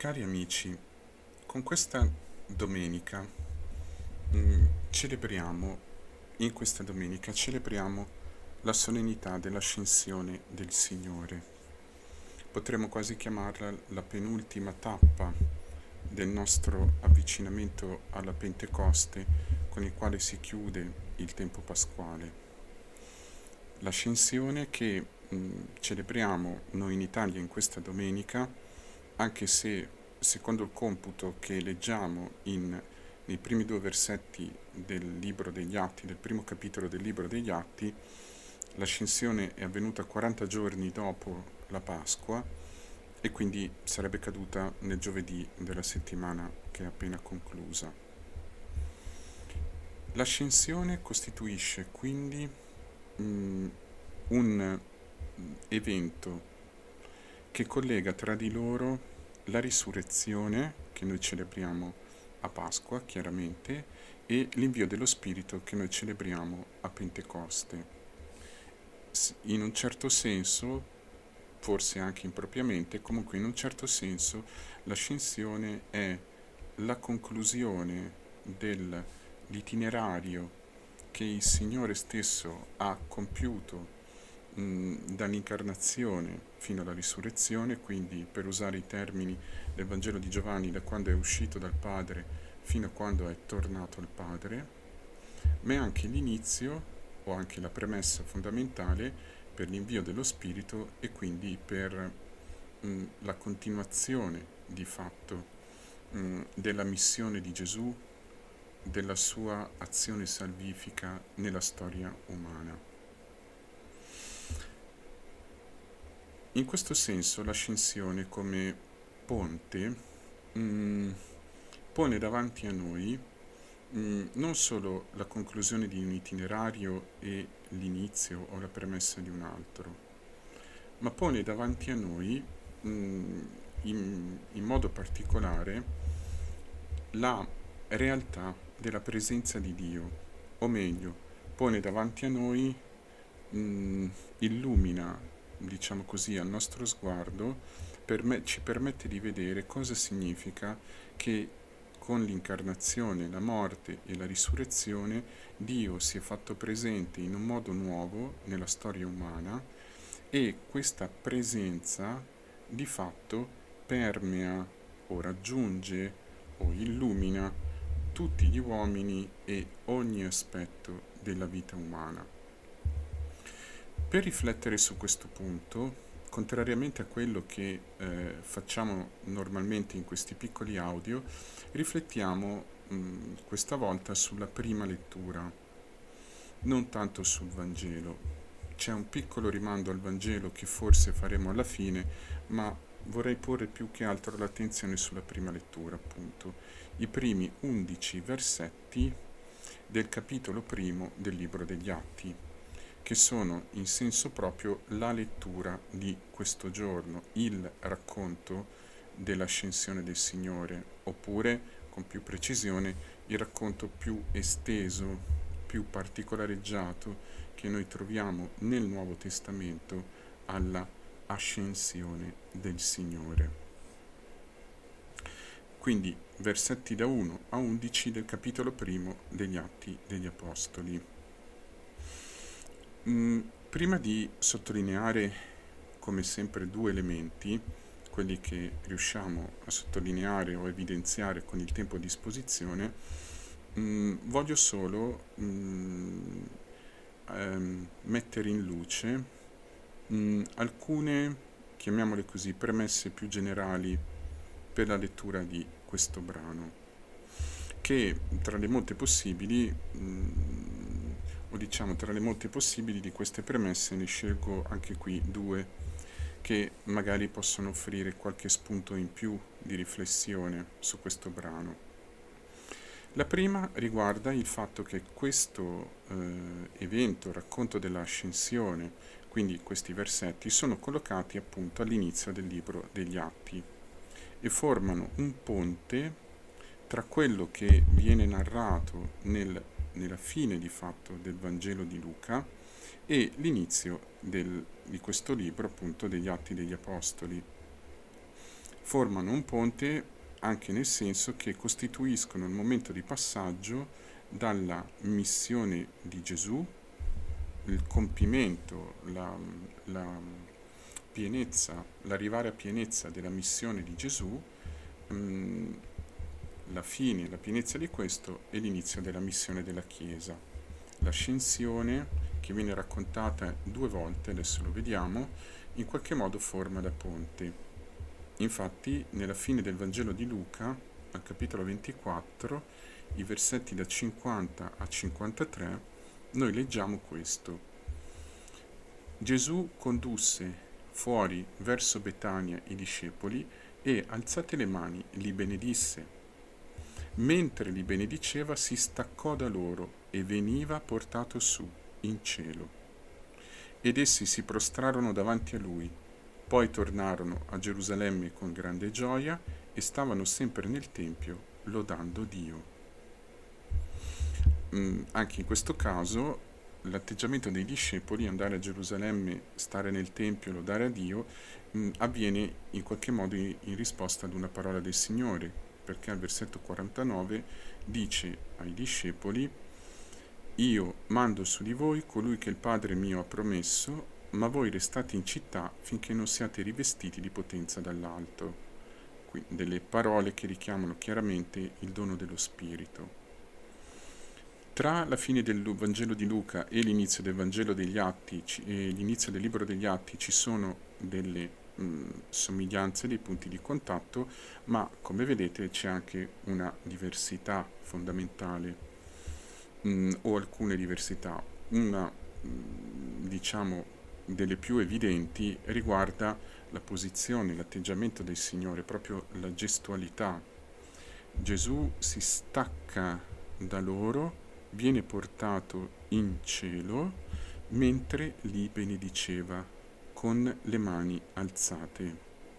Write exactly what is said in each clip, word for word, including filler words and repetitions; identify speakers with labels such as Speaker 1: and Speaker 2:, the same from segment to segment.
Speaker 1: Cari amici, con questa domenica mh, celebriamo, in questa domenica celebriamo la solennità dell'ascensione del Signore. Potremmo quasi chiamarla la penultima tappa del nostro avvicinamento alla Pentecoste, con il quale si chiude il tempo pasquale. L'ascensione che mh, celebriamo noi in Italia in questa domenica, anche se secondo il computo che leggiamo in, nei primi due versetti del libro degli Atti, del primo capitolo del libro degli Atti, l'ascensione è avvenuta quaranta giorni dopo la Pasqua e quindi sarebbe caduta nel giovedì della settimana che è appena conclusa. L'ascensione costituisce quindi mh, un evento che collega tra di loro la risurrezione, che noi celebriamo a Pasqua, chiaramente, e l'invio dello Spirito che noi celebriamo a Pentecoste. In un certo senso, forse anche impropriamente, comunque in un certo senso, l'ascensione è la conclusione dell'itinerario che il Signore stesso ha compiuto dall'incarnazione fino alla risurrezione, quindi per usare i termini del Vangelo di Giovanni, da quando è uscito dal Padre fino a quando è tornato al Padre, ma è anche l'inizio o anche la premessa fondamentale per l'invio dello Spirito e quindi per mh, la continuazione di fatto mh, della missione di Gesù, della sua azione salvifica nella storia umana. In questo senso l'ascensione come ponte mh, pone davanti a noi mh, non solo la conclusione di un itinerario e l'inizio o la premessa di un altro, ma pone davanti a noi mh, in, in modo particolare la realtà della presenza di Dio, o meglio, pone davanti a noi, mh, illumina, diciamo così, al nostro sguardo, perme- ci permette di vedere cosa significa che con l'incarnazione, la morte e la risurrezione Dio si è fatto presente in un modo nuovo nella storia umana e questa presenza di fatto permea o raggiunge o illumina tutti gli uomini e ogni aspetto della vita umana. Per riflettere su questo punto, contrariamente a quello che eh, facciamo normalmente in questi piccoli audio, riflettiamo mh, questa volta sulla prima lettura, non tanto sul Vangelo. C'è un piccolo rimando al Vangelo che forse faremo alla fine, ma vorrei porre più che altro l'attenzione sulla prima lettura, appunto, i primi undici versetti del capitolo primo del libro degli Atti, che sono in senso proprio la lettura di questo giorno, il racconto dell'ascensione del Signore, oppure, con più precisione, il racconto più esteso, più particolareggiato che noi troviamo nel Nuovo Testamento alla ascensione del Signore. Quindi versetti da uno a undici del capitolo primo degli Atti degli Apostoli. Mm, prima di sottolineare, come sempre, due elementi, quelli che riusciamo a sottolineare o evidenziare con il tempo a disposizione, mm, voglio solo mm, ehm, mettere in luce mm, alcune, chiamiamole così, premesse più generali per la lettura di questo brano, che tra le molte possibili mh, o diciamo tra le molte possibili di queste premesse ne scelgo anche qui due che magari possono offrire qualche spunto in più di riflessione su questo brano. La prima riguarda il fatto che questo eh, evento, racconto dell'ascensione, quindi questi versetti, sono collocati appunto all'inizio del libro degli Atti e formano un ponte tra quello che viene narrato nel, nella fine di fatto del Vangelo di Luca e l'inizio del, di questo libro appunto degli Atti degli Apostoli. formano un ponte anche nel senso che costituiscono il momento di passaggio dalla missione di Gesù, il compimento, la, la pienezza, l'arrivare a pienezza della missione di Gesù, mh, la fine, la pienezza di questo e l'inizio della missione della Chiesa. L'ascensione, che viene raccontata due volte, adesso lo vediamo, in qualche modo forma da ponte. Infatti, nella fine del Vangelo di Luca, al capitolo ventiquattro, i versetti da cinquanta a cinquantatré, noi leggiamo questo. Gesù condusse fuori verso Betania i discepoli e, alzate le mani, li benedisse. Mentre li benediceva, si staccò da loro e veniva portato su, in cielo. Ed essi si prostrarono davanti a lui. Poi tornarono a Gerusalemme con grande gioia e stavano sempre nel Tempio, lodando Dio. Mm, anche in questo caso l'atteggiamento dei discepoli, andare a Gerusalemme, stare nel Tempio, lodare a Dio, mh, avviene in qualche modo in, in risposta ad una parola del Signore, perché al versetto quarantanove dice ai discepoli: io mando su di voi colui che il Padre mio ha promesso, ma voi restate in città finché non siate rivestiti di potenza dall'alto. Qui, delle parole che richiamano chiaramente il dono dello Spirito. Tra la fine del Vangelo di Luca e l'inizio del Vangelo degli Atti e l'inizio del libro degli Atti ci sono delle mh, somiglianze, dei punti di contatto, ma come vedete c'è anche una diversità fondamentale, mh, o alcune diversità. Una, mh, diciamo, delle più evidenti riguarda la posizione, l'atteggiamento del Signore, proprio la gestualità. Gesù si stacca da loro, viene portato in cielo mentre li benediceva con le mani alzate.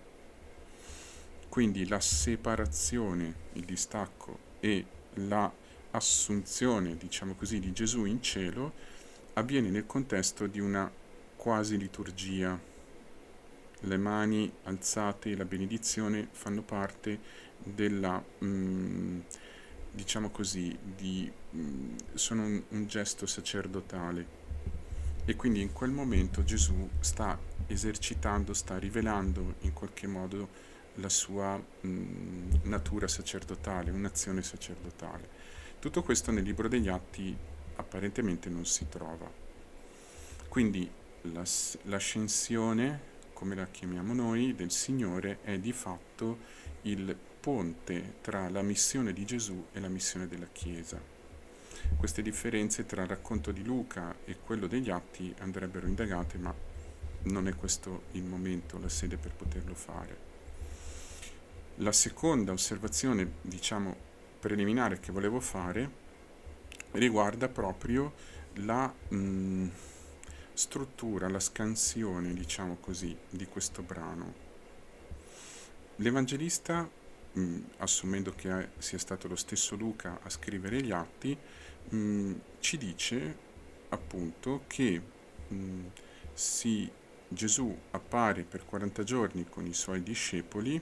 Speaker 1: Quindi la separazione, il distacco e la assunzione, diciamo così, di Gesù in cielo avviene nel contesto di una quasi liturgia. Le mani alzate e la benedizione fanno parte della mh, diciamo così, di, mh, sono un, un gesto sacerdotale, e quindi in quel momento Gesù sta esercitando, sta rivelando in qualche modo la sua mh, natura sacerdotale, un'azione sacerdotale. Tutto questo nel libro degli Atti apparentemente non si trova. Quindi l'as- l'ascensione, come la chiamiamo noi, del Signore è di fatto il ponte tra la missione di Gesù e la missione della Chiesa. Queste differenze tra il racconto di Luca e quello degli Atti andrebbero indagate, ma non è questo il momento, la sede per poterlo fare. La seconda osservazione, diciamo, preliminare che volevo fare riguarda proprio la mh, struttura, la scansione, diciamo così, di questo brano. L'Evangelista, mh, assumendo che sia stato lo stesso Luca a scrivere gli Atti, mh, ci dice appunto che mh, si, Gesù appare per quaranta giorni con i suoi discepoli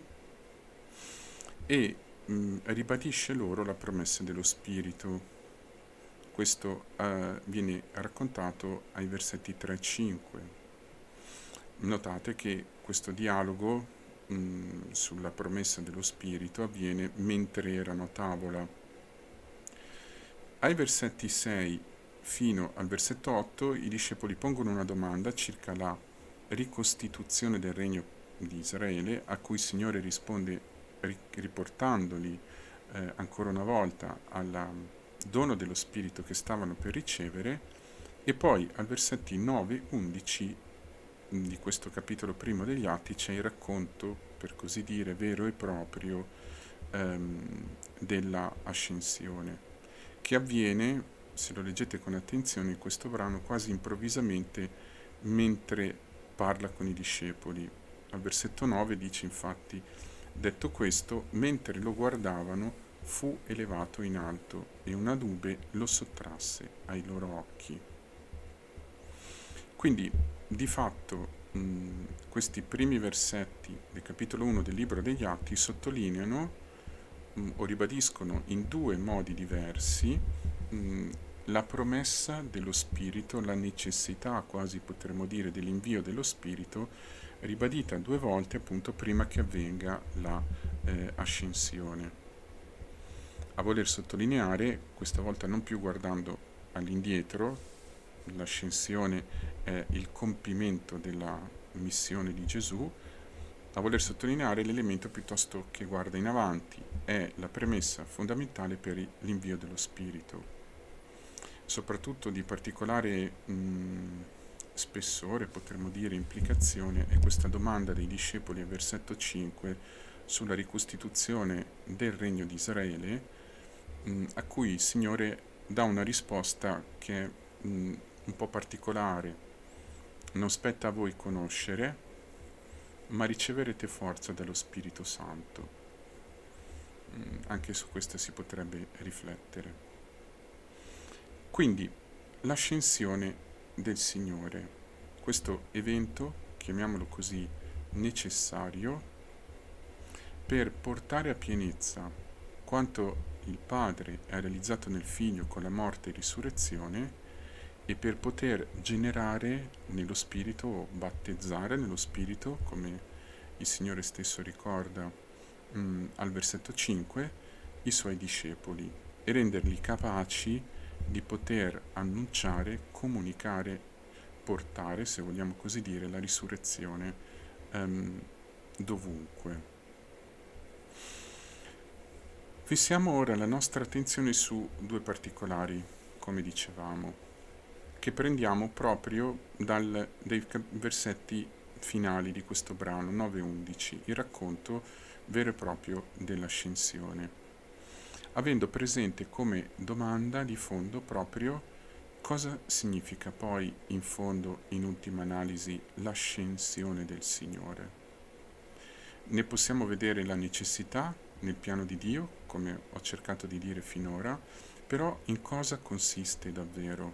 Speaker 1: e mh, ribadisce loro la promessa dello Spirito. Questo uh, viene raccontato ai versetti tre e cinque. Notate che questo dialogo mh, sulla promessa dello Spirito avviene mentre erano a tavola. Ai versetti sei fino al versetto otto i discepoli pongono una domanda circa la ricostituzione del regno di Israele, a cui il Signore risponde riportandoli eh, ancora una volta al dono dello Spirito che stavano per ricevere, e poi al versetti nove undici di questo capitolo primo degli Atti c'è il racconto, per così dire, vero e proprio ehm, della ascensione, che avviene, se lo leggete con attenzione, in questo brano quasi improvvisamente mentre parla con i discepoli. Al versetto nove dice infatti: detto questo, mentre lo guardavano, fu elevato in alto e una nube lo sottrasse ai loro occhi. Quindi, di fatto, mh, questi primi versetti del capitolo uno del libro degli Atti sottolineano mh, o ribadiscono in due modi diversi mh, la promessa dello Spirito, la necessità, quasi potremmo dire, dell'invio dello Spirito, ribadita due volte appunto prima che avvenga la eh, ascensione. A voler sottolineare, questa volta non più guardando all'indietro, l'ascensione è il compimento della missione di Gesù, a voler sottolineare l'elemento piuttosto che guarda in avanti, è la premessa fondamentale per l'invio dello Spirito. Soprattutto di particolare mh, spessore, potremmo dire, implicazione, è questa domanda dei discepoli al versetto cinque sulla ricostituzione del regno di Israele, mh, a cui il Signore dà una risposta che è mh, un po' particolare. Non spetta a voi conoscere, ma riceverete forza dallo Spirito Santo. Mh, anche su questo si potrebbe riflettere. Quindi l'ascensione del Signore, questo evento, chiamiamolo così, necessario per portare a pienezza quanto il Padre ha realizzato nel Figlio con la morte e risurrezione e per poter generare nello Spirito o battezzare nello Spirito, come il Signore stesso ricorda mh, al versetto cinque, i Suoi discepoli e renderli capaci di poter annunciare, comunicare, portare, se vogliamo così dire, la risurrezione ehm, dovunque. Fissiamo ora la nostra attenzione su due particolari, come dicevamo, che prendiamo proprio dal, dai versetti finali di questo brano, nove undici, il racconto vero e proprio dell'ascensione, avendo presente come domanda di fondo proprio cosa significa poi in fondo, in ultima analisi, l'ascensione del Signore. Ne possiamo vedere la necessità nel piano di Dio, come ho cercato di dire finora, però in cosa consiste davvero?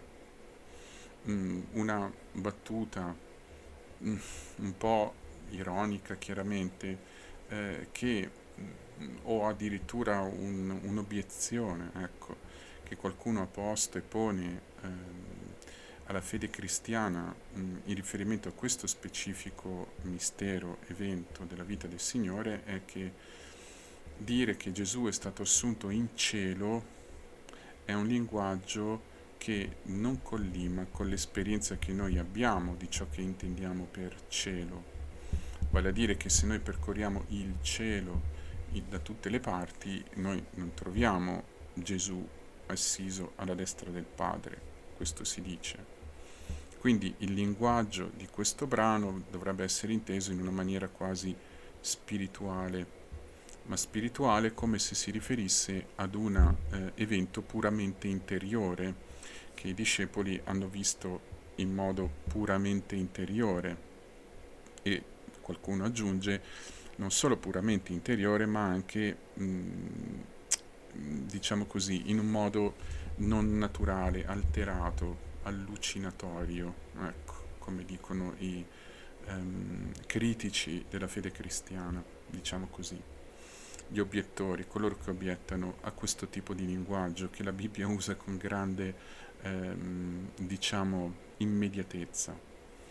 Speaker 1: Mm, una battuta mm, un po' ironica chiaramente, eh, che o addirittura un, un'obiezione, ecco, che qualcuno ha posto e pone ehm, alla fede cristiana mh, in riferimento a questo specifico mistero, evento della vita del Signore, è che dire che Gesù è stato assunto in cielo è un linguaggio che non collima con l'esperienza che noi abbiamo di ciò che intendiamo per cielo. Vale a dire che se noi percorriamo il cielo da tutte le parti, noi non troviamo Gesù assiso alla destra del Padre, questo si dice. Quindi il linguaggio di questo brano dovrebbe essere inteso in una maniera quasi spirituale, ma spirituale come se si riferisse ad un eh, evento puramente interiore, che i discepoli hanno visto in modo puramente interiore, e qualcuno aggiunge non solo puramente interiore, ma anche, mh, diciamo così, in un modo non naturale, alterato, allucinatorio, ecco, come dicono i ehm, critici della fede cristiana, diciamo così, gli obiettori, coloro che obiettano a questo tipo di linguaggio che la Bibbia usa con grande, ehm, diciamo, immediatezza.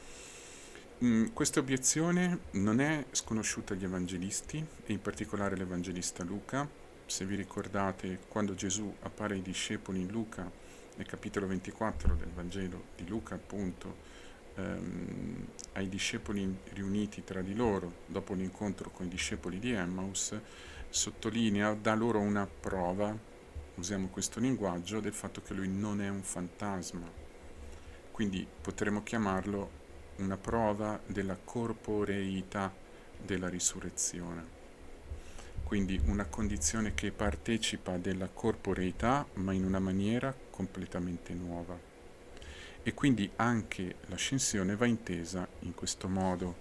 Speaker 1: Mm, questa obiezione non è sconosciuta agli evangelisti, e in particolare l'evangelista Luca. Se vi ricordate, quando Gesù appare ai discepoli in Luca, nel capitolo ventiquattro del Vangelo di Luca, appunto, ehm, ai discepoli riuniti tra di loro, dopo l'incontro con i discepoli di Emmaus, sottolinea, dà loro una prova, usiamo questo linguaggio, del fatto che lui non è un fantasma. Quindi potremmo chiamarlo una prova della corporeità della risurrezione. Quindi una condizione che partecipa della corporeità, ma in una maniera completamente nuova. E quindi anche l'ascensione va intesa in questo modo.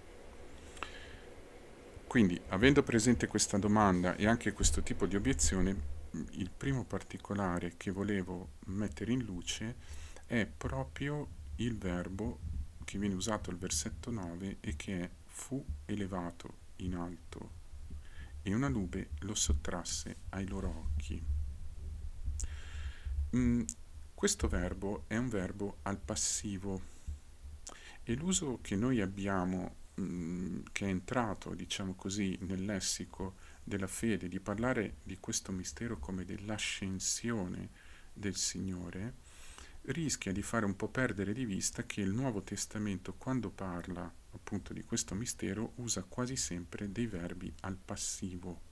Speaker 1: Quindi, avendo presente questa domanda e anche questo tipo di obiezione, il primo particolare che volevo mettere in luce è proprio il verbo che viene usato al versetto nove è che fu elevato in alto e una nube lo sottrasse ai loro occhi. Mm, questo verbo è un verbo al passivo e l'uso che noi abbiamo, mm, che è entrato, diciamo così, nel lessico della fede, di parlare di questo mistero come dell'ascensione del Signore, rischia di fare un po' perdere di vista che il Nuovo Testamento, quando parla appunto di questo mistero, usa quasi sempre dei verbi al passivo.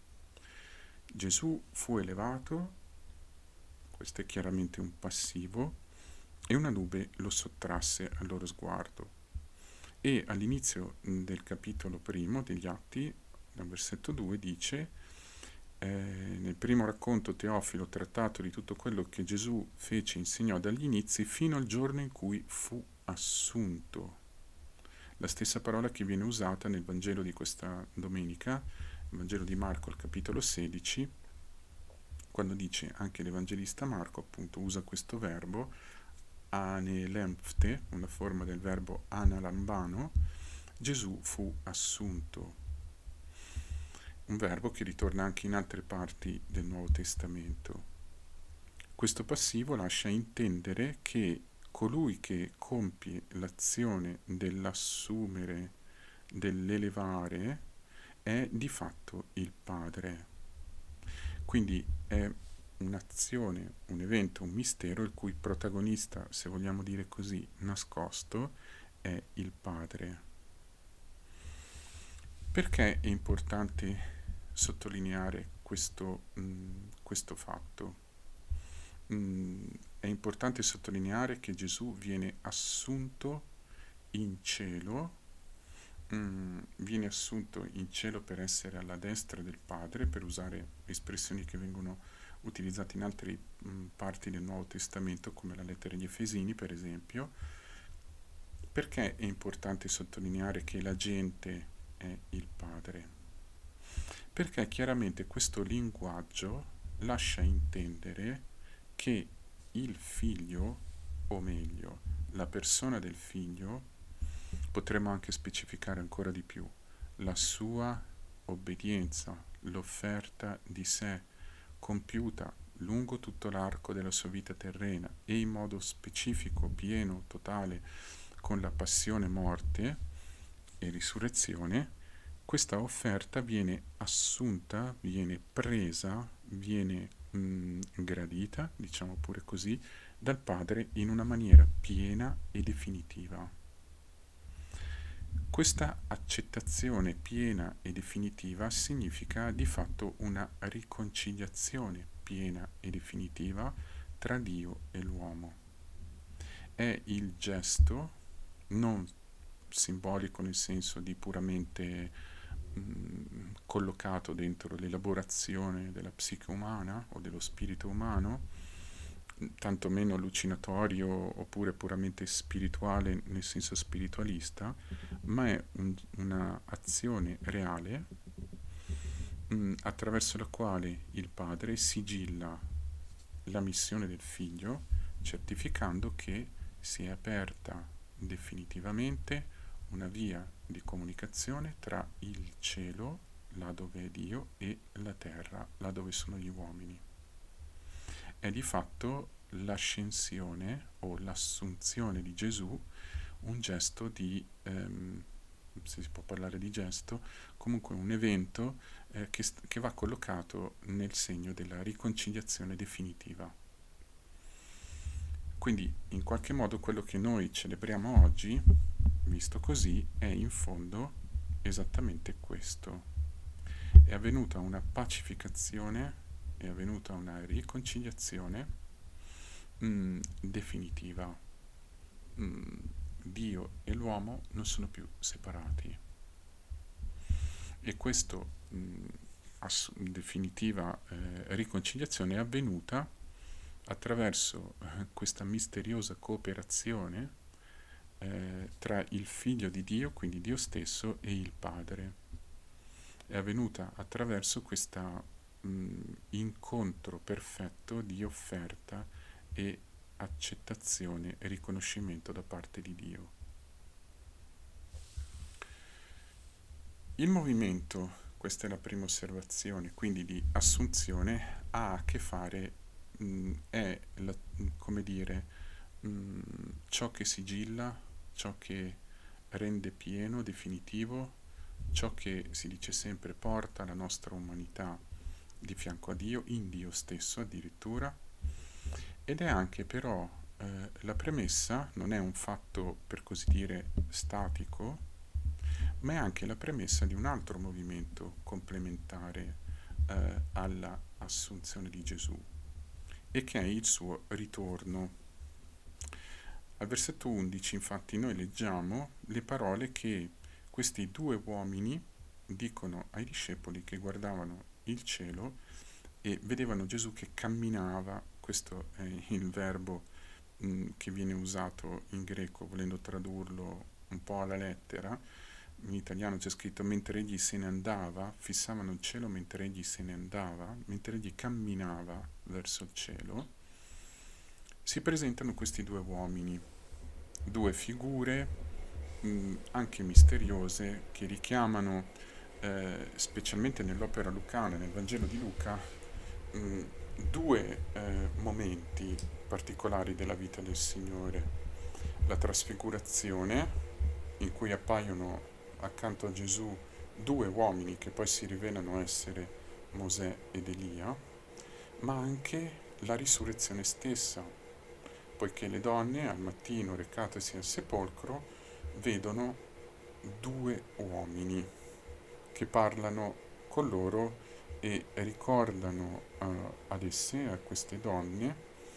Speaker 1: Gesù fu elevato, questo è chiaramente un passivo, e una nube lo sottrasse al loro sguardo. E all'inizio del capitolo primo degli Atti, dal versetto due, dice: eh, nel primo racconto Teofilo ho trattato di tutto quello che Gesù fece e insegnò dagli inizi fino al giorno in cui fu assunto. La stessa parola che viene usata nel Vangelo di questa domenica, il Vangelo di Marco al capitolo sedici, quando dice, anche l'Evangelista Marco appunto usa questo verbo anelemphte, una forma del verbo analambano, Gesù fu assunto, un verbo che ritorna anche in altre parti del Nuovo Testamento. Questo passivo lascia intendere che colui che compie l'azione dell'assumere, dell'elevare, è di fatto il Padre. Quindi è un'azione, un evento, un mistero il cui protagonista, se vogliamo dire così, nascosto, è il Padre. Perché è importante sottolineare questo, mh, questo fatto? Mh, è importante sottolineare che Gesù viene assunto in cielo, mh, viene assunto in cielo per essere alla destra del Padre, per usare espressioni che vengono utilizzate in altre mh, parti del Nuovo Testamento, come la lettera agli Efesini, per esempio. Perché è importante sottolineare che la gente è il Padre? Perché chiaramente questo linguaggio lascia intendere che il figlio, o meglio, la persona del figlio, potremmo anche specificare ancora di più, la sua obbedienza, l'offerta di sé compiuta lungo tutto l'arco della sua vita terrena e in modo specifico, pieno, totale, con la passione, morte e risurrezione, questa offerta viene assunta, viene presa, viene mh, gradita, diciamo pure così, dal Padre in una maniera piena e definitiva. Questa accettazione piena e definitiva significa di fatto una riconciliazione piena e definitiva tra Dio e l'uomo. È il gesto non simbolico nel senso di puramente mh, collocato dentro l'elaborazione della psiche umana o dello spirito umano, tantomeno allucinatorio oppure puramente spirituale nel senso spiritualista, ma è un, una azione reale mh, attraverso la quale il padre sigilla la missione del figlio, certificando che si è aperta definitivamente una via di comunicazione tra il cielo, là dove è Dio, e la terra, là dove sono gli uomini. È di fatto l'ascensione o l'assunzione di Gesù un gesto di, ehm, se si può parlare di gesto, comunque un evento eh, che, st- che va collocato nel segno della riconciliazione definitiva. Quindi in qualche modo quello che noi celebriamo oggi, visto così, è in fondo esattamente questo. È avvenuta una pacificazione, è avvenuta una riconciliazione mh, definitiva. Mh, Dio e l'uomo non sono più separati. E questa ass- definitiva eh, riconciliazione è avvenuta attraverso eh, questa misteriosa cooperazione eh, tra il Figlio di Dio, quindi Dio stesso, e il Padre. È avvenuta attraverso questo incontro perfetto di offerta e accettazione e riconoscimento da parte di Dio. Il movimento, questa è la prima osservazione, quindi di assunzione, ha a che fare, mh, è, la- come dire, mh, ciò che sigilla, ciò che rende pieno, definitivo, ciò che si dice sempre porta la nostra umanità di fianco a Dio, in Dio stesso addirittura, ed è anche però eh, la premessa, non è un fatto per così dire statico, ma è anche la premessa di un altro movimento complementare eh, alla assunzione di Gesù, e che è il suo ritorno. Al versetto undici, infatti, noi leggiamo le parole che questi due uomini dicono ai discepoli che guardavano il cielo e vedevano Gesù che camminava. Questo è il verbo mh, che viene usato in greco, volendo tradurlo un po' alla lettera. In italiano c'è scritto mentre egli se ne andava, fissavano il cielo mentre egli se ne andava, mentre egli camminava verso il cielo. Si presentano questi due uomini, due figure mh, anche misteriose che richiamano, eh, specialmente nell'opera lucana, nel Vangelo di Luca, mh, due eh, momenti particolari della vita del Signore. La trasfigurazione, in cui appaiono accanto a Gesù due uomini che poi si rivelano essere Mosè ed Elia, ma anche la risurrezione stessa, poiché le donne al mattino recatesi al sepolcro vedono due uomini che parlano con loro e ricordano uh, ad esse, a queste donne,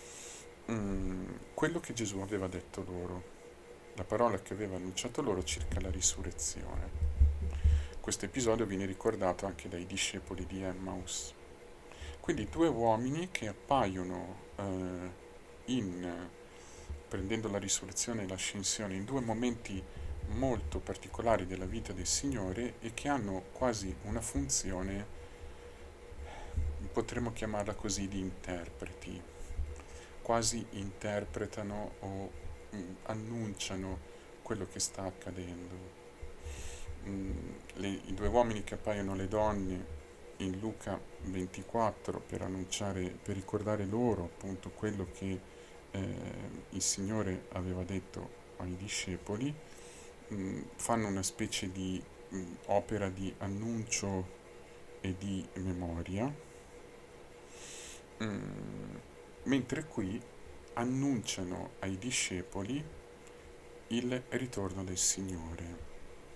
Speaker 1: um, quello che Gesù aveva detto loro, la parola che aveva annunciato loro circa la risurrezione. Questo episodio viene ricordato anche dai discepoli di Emmaus. Quindi due uomini che appaiono eh, in, prendendo la risurrezione e l'ascensione, in due momenti molto particolari della vita del Signore e che hanno quasi una funzione, potremmo chiamarla così, di interpreti, quasi interpretano o mm, annunciano quello che sta accadendo. Mm, le, I due uomini che appaiono alle donne in Luca ventiquattro per annunciare, per ricordare loro appunto quello che eh, il Signore aveva detto ai discepoli, mh, fanno una specie di mh, opera di annuncio e di memoria, mh, mentre qui annunciano ai discepoli il ritorno del Signore.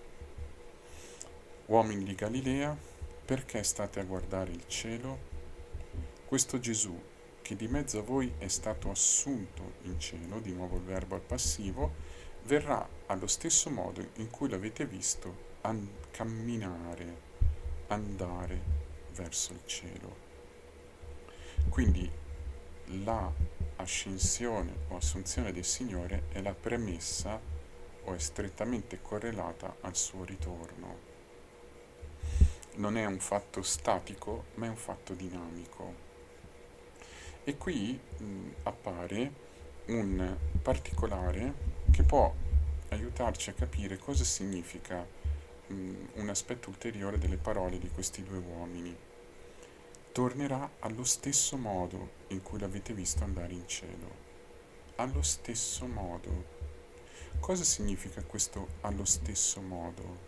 Speaker 1: Uomini di Galilea, perché state a guardare il cielo? Questo Gesù, che di mezzo a voi è stato assunto in cielo, di nuovo il verbo al passivo, verrà allo stesso modo in cui l'avete visto an- camminare, andare verso il cielo. Quindi la ascensione o assunzione del Signore è la premessa o è strettamente correlata al suo ritorno. Non è un fatto statico, ma è un fatto dinamico. E qui mh, appare un particolare che può aiutarci a capire cosa significa mh, un aspetto ulteriore delle parole di questi due uomini. Tornerà allo stesso modo in cui l'avete visto andare in cielo. Allo stesso modo. Cosa significa questo allo stesso modo?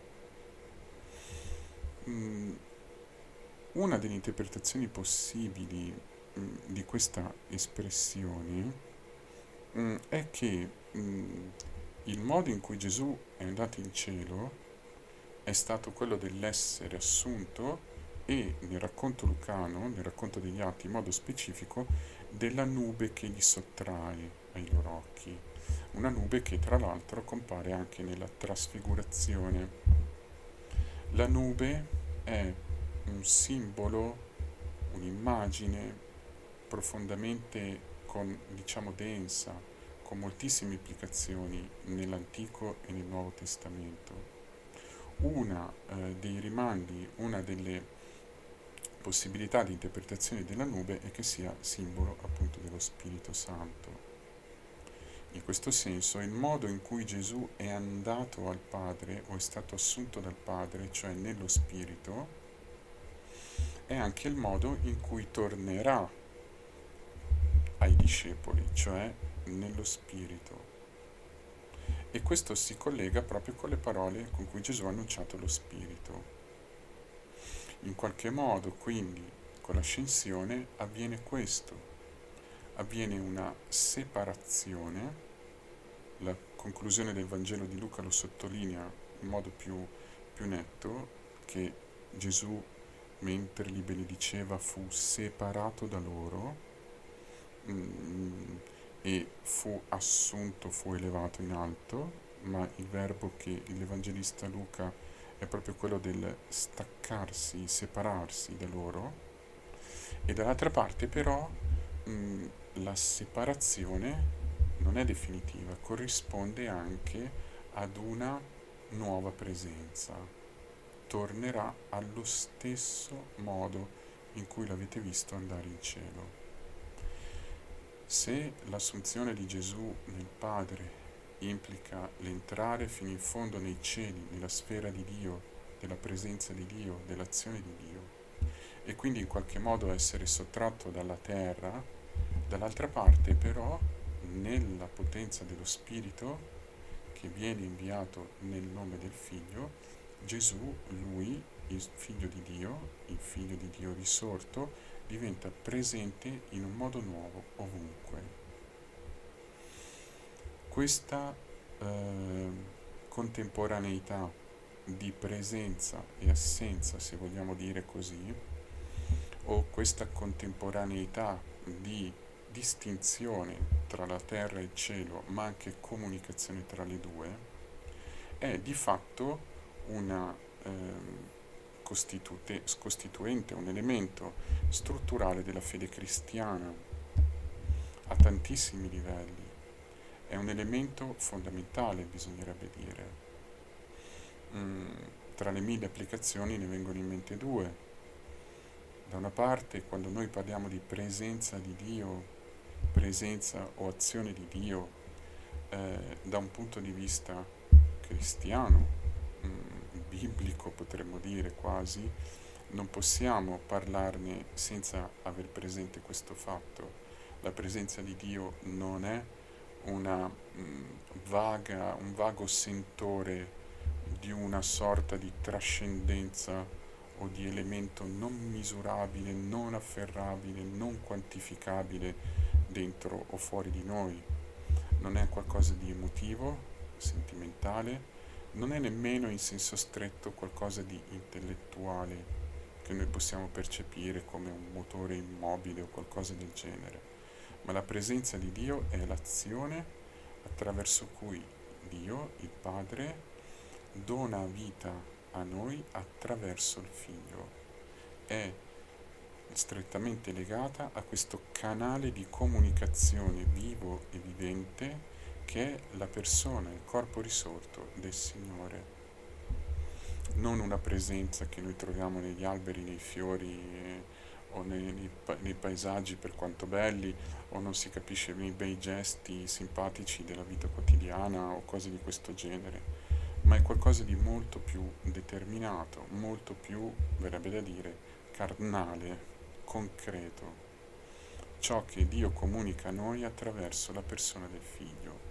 Speaker 1: Mm, una delle interpretazioni possibili mm, di questa espressione mm, è che mm, il modo in cui Gesù è andato in cielo è stato quello dell'essere assunto e nel racconto lucano, nel racconto degli Atti in modo specifico, della nube che gli sottrae ai loro occhi. Una nube che tra l'altro compare anche nella trasfigurazione. La nube è un simbolo, un'immagine profondamente con, diciamo, densa, con moltissime implicazioni nell'Antico e nel Nuovo Testamento. Una eh, dei rimandi, una delle possibilità di interpretazione della nube è che sia simbolo appunto dello Spirito Santo. In questo senso, il modo in cui Gesù è andato al Padre o è stato assunto dal Padre, cioè nello Spirito, è anche il modo in cui tornerà ai discepoli, cioè nello Spirito. E questo si collega proprio con le parole con cui Gesù ha annunciato lo Spirito. In qualche modo, quindi, con l'ascensione avviene questo, avviene una separazione. La conclusione del Vangelo di Luca lo sottolinea in modo più, più netto, che Gesù, mentre li benediceva, fu separato da loro mm, e fu assunto, fu elevato in alto, ma il verbo che l'Evangelista Luca è proprio quello del staccarsi, separarsi da loro, e dall'altra parte però mh, la separazione non è definitiva, corrisponde anche ad una nuova presenza. Tornerà allo stesso modo in cui l'avete visto andare in cielo. Se l'assunzione di Gesù nel Padre implica l'entrare fino in fondo nei cieli, nella sfera di Dio, della presenza di Dio, dell'azione di Dio, e quindi in qualche modo essere sottratto dalla terra, dall'altra parte però, nella potenza dello Spirito che viene inviato nel nome del Figlio, Gesù, lui, il Figlio di Dio, il Figlio di Dio risorto, diventa presente in un modo nuovo ovunque. Questa eh, contemporaneità di presenza e assenza, se vogliamo dire così, o questa contemporaneità di distinzione tra la terra e il cielo, ma anche comunicazione tra le due, è di fatto una eh, costitute, costituente, un elemento strutturale della fede cristiana a tantissimi livelli. È un elemento fondamentale, bisognerebbe dire. Mm, tra le mille applicazioni ne vengono in mente due. Da una parte, quando noi parliamo di presenza di Dio, presenza o azione di Dio, eh, da un punto di vista cristiano, mh, biblico potremmo dire quasi, non possiamo parlarne senza aver presente questo fatto. La presenza di Dio non è una mh, vaga, un vago sentore di una sorta di trascendenza o di elemento non misurabile, non afferrabile, non quantificabile dentro o fuori di noi. Non è qualcosa di emotivo, sentimentale, non è nemmeno in senso stretto qualcosa di intellettuale che noi possiamo percepire come un motore immobile o qualcosa del genere, ma la presenza di Dio è l'azione attraverso cui Dio, il Padre, dona vita a noi attraverso il Figlio. È strettamente legata a questo canale di comunicazione vivo e vivente che è la persona, il corpo risorto del Signore. Non una presenza che noi troviamo negli alberi, nei fiori eh, o nei, nei, nei paesaggi, per quanto belli, o non si capisce nei bei gesti simpatici della vita quotidiana o cose di questo genere, ma è qualcosa di molto più determinato, molto più, verrebbe da dire, carnale, concreto, ciò che Dio comunica a noi attraverso la persona del Figlio.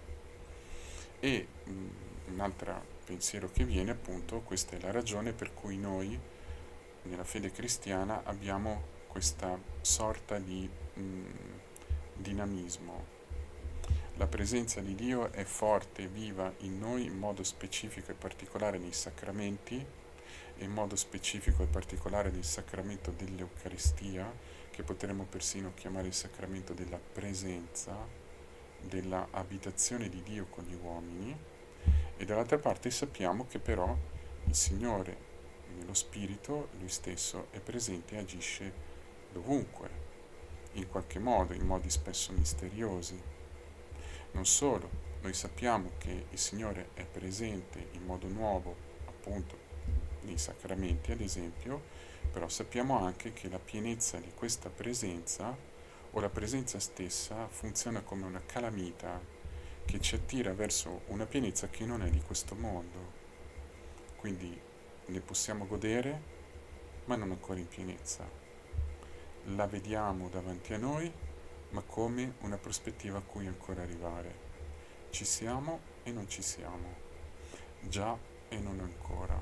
Speaker 1: E mh, un altro pensiero che viene, appunto, questa è la ragione per cui noi nella fede cristiana abbiamo questa sorta di mh, dinamismo. La presenza di Dio è forte e viva in noi in modo specifico e particolare nei sacramenti, e in modo specifico e particolare nel sacramento dell'Eucaristia, che potremmo persino chiamare il sacramento della presenza, della abitazione di Dio con gli uomini, e dall'altra parte sappiamo che però il Signore, nello Spirito, Lui stesso è presente e agisce dovunque, in qualche modo, in modi spesso misteriosi. Non solo, noi sappiamo che il Signore è presente in modo nuovo, appunto, nei sacramenti ad esempio, però sappiamo anche che la pienezza di questa presenza o la presenza stessa funziona come una calamita che ci attira verso una pienezza che non è di questo mondo. Quindi ne possiamo godere, ma non ancora in pienezza. La vediamo davanti a noi, ma come una prospettiva a cui ancora arrivare. Ci siamo e non ci siamo, già e non ancora.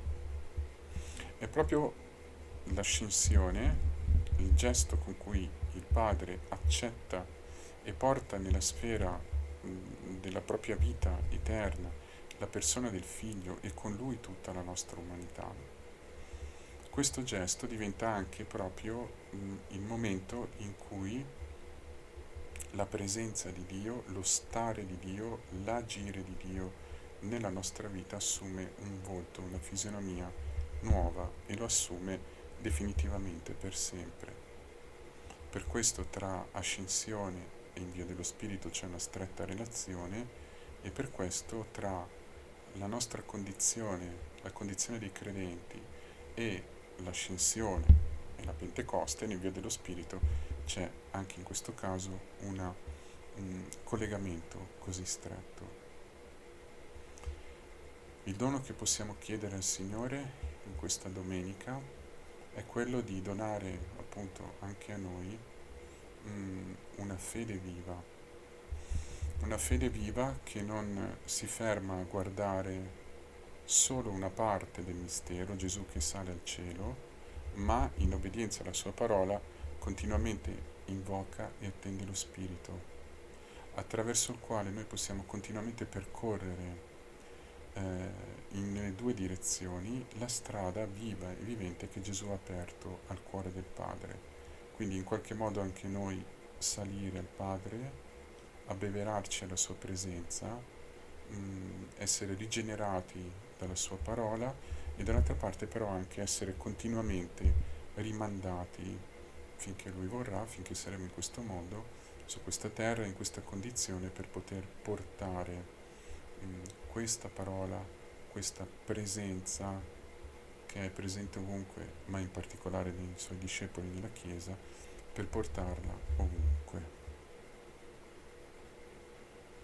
Speaker 1: È proprio l'ascensione, il gesto con cui il Padre accetta e porta nella sfera mh, della propria vita eterna la persona del Figlio e con lui tutta la nostra umanità. Questo gesto diventa anche proprio mh, il momento in cui la presenza di Dio, lo stare di Dio, l'agire di Dio nella nostra vita assume un volto, una fisionomia nuova e lo assume definitivamente per sempre. Per questo tra ascensione e invio dello Spirito c'è una stretta relazione e per questo tra la nostra condizione, la condizione dei credenti e l'ascensione e la Pentecoste, l'invio dello Spirito, c'è anche in questo caso una, un collegamento così stretto. Il dono che possiamo chiedere al Signore in questa domenica è quello di donare appunto anche a noi mh, una fede viva, una fede viva che non si ferma a guardare solo una parte del mistero, Gesù che sale al cielo, ma in obbedienza alla sua parola continuamente invoca e attende lo Spirito, attraverso il quale noi possiamo continuamente percorrere eh, in, nelle due direzioni la strada viva e vivente che Gesù ha aperto al cuore del Padre. Quindi in qualche modo anche noi salire al Padre, abbeverarci alla sua presenza, mh, essere rigenerati dalla sua parola e dall'altra parte però anche essere continuamente rimandati finché Lui vorrà, finché saremo in questo mondo, su questa terra, in questa condizione per poter portare mh, questa parola, questa presenza che è presente ovunque, ma in particolare nei Suoi discepoli nella Chiesa, per portarla ovunque.